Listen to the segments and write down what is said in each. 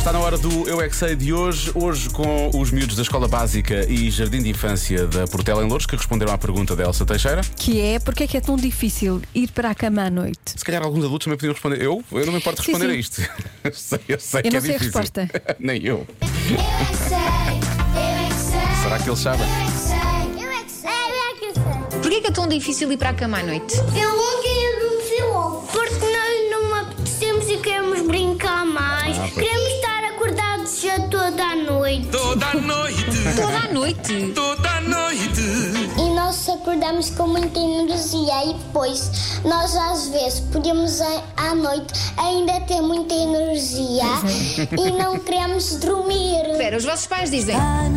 Está na hora do Eu É Que Sei de hoje. Hoje com os miúdos da Escola Básica e Jardim de Infância da Portela em Loures, que responderam à pergunta da Elsa Teixeira. Que é, porque é que é tão difícil ir para a cama à noite? Se calhar alguns adultos também podiam responder. Eu não me importo responder sim. a isto. Eu sei Eu que não é sei a difícil. resposta. Nem eu. Eu é que sei, eu é que sei. Será que eles sabem? Eu é que sei, eu é que sei, eu é que sei. Porquê que é tão difícil ir para a cama à noite? Eu não quero adormecer logo. Porque nós não apetecemos e queremos brincar mais. Pois. Queremos estar acordados já toda a noite. Toda a noite, Toda a noite? toda a noite. E nós acordamos com muita energia e depois nós às vezes podemos à noite ainda ter muita energia e não queremos dormir. Espera, os vossos pais dizem.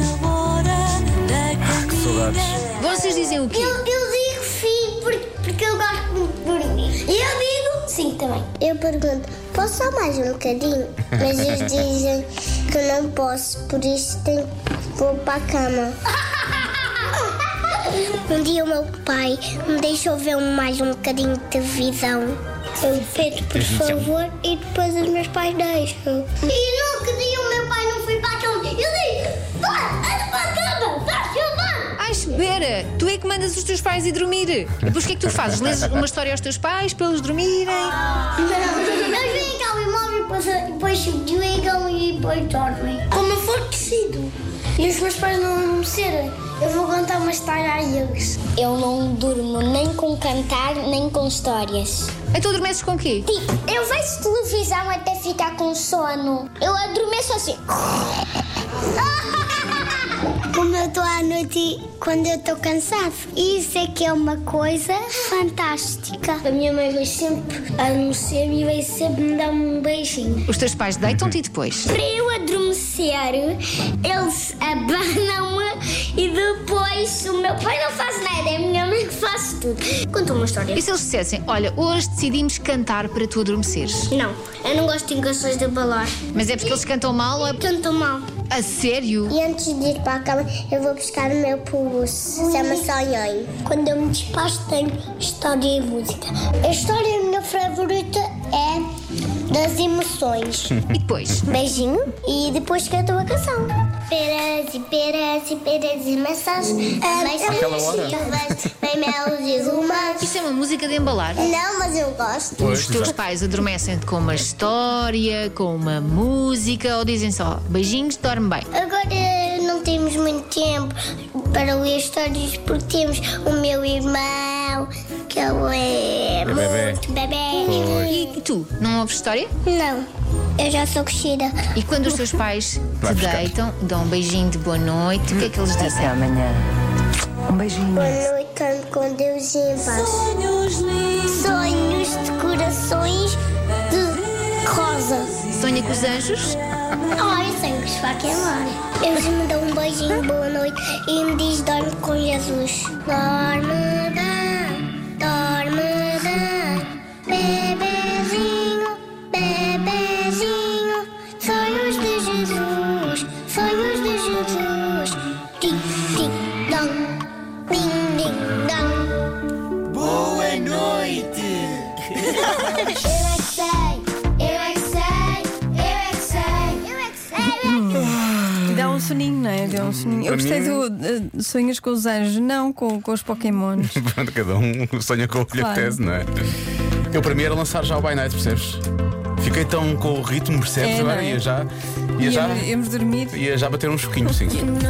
Que saudades. Vocês dizem o quê? Eu digo sim porque eu gosto muito de dormir. E eu digo sim também. Eu pergunto, posso só mais um bocadinho? Mas eles dizem que não posso, por isso vou para a cama. Um dia o meu pai me deixou ver mais um bocadinho de televisão. Eu peço por favor e depois os meus pais deixam. E no que dia o meu pai não foi para a cama, eu digo, vai, anda para a cama, vai, eu vou. Ai, espera, tu é que mandas os teus pais ir dormir. E depois o que é que tu fazes? Lês uma história aos teus pais para eles dormirem? Não, eles vêm cá o imóvel e depois desligam e depois dormem. Como for crescido. E os meus pais não adormecerem, eu vou contar uma história a eles. Eu não durmo nem com cantar, nem com histórias. Então adormeces com o quê? Tipo, eu vejo televisão até ficar com sono. Eu adormeço assim. Como eu estou à noite quando eu estou cansado. Isso é que é uma coisa fantástica. A minha mãe vai sempre adormecer e vai sempre me dar um beijinho. Os teus pais deitam-te e depois? Para eu adormecer, eles abanam-me e depois o meu pai não faz nada, é a minha mãe que faz tudo. Conta uma história. E se eles dissessem, olha, hoje decidimos cantar para tu adormeceres? Não, eu não gosto de canções de balar. Mas é porque eles cantam mal ou é Canto mal. a sério? E antes de ir para a cama, eu vou buscar o meu pulso. Chama-se Sonhei. Quando eu me despacho, tenho história e música. A história minha favorita é das emoções. E depois? Beijinho e depois canto a canção. Peras e peras e peras e maçãs. Àquela hora? Bem melos e lumas. Isso é uma música de embalar. Não, mas eu gosto. Pois, Os teus exato. pais adormecem-te com uma história, com uma música ou dizem só beijinhos, dorme bem? Agora não temos muito tempo para ler histórias porque temos o meu irmão, que ele é bebé. muito bebê. E tu, não ouves história? Não, eu já sou crescida. E quando os teus pais Vai te buscar. deitam, dão um beijinho de boa noite, o que é que eles dizem? Até amanhã. Um beijinho. Boa noite, canto com Deus e em paz. Sonhos de corações de rosa. Sonha com os anjos? Ai, eu sei que se vai queimar. Eles me dão um beijinho, boa noite e me diz dorme com Jesus. Dorme, bebezinho, bebezinho. Sonhos de Jesus, sonhos de Jesus. Tim, tim, dong, ding, ding, dong. Boa noite. Eu é que sei, eu é que sei, eu é que sei, eu é que sei, eu é que sei. Dá um soninho, não é? Dá um soninho. Eu Para gostei mim- do sonhas com os anjos, não com os Pokémons. Pronto, cada um sonha com o que lhe Claro. apetece, não é? Eu para mim era lançar já o By Night, percebes? Fiquei tão com o ritmo, percebes? É, Agora não é? ia já Íamos dormir. ia já bater um choquinho, sim.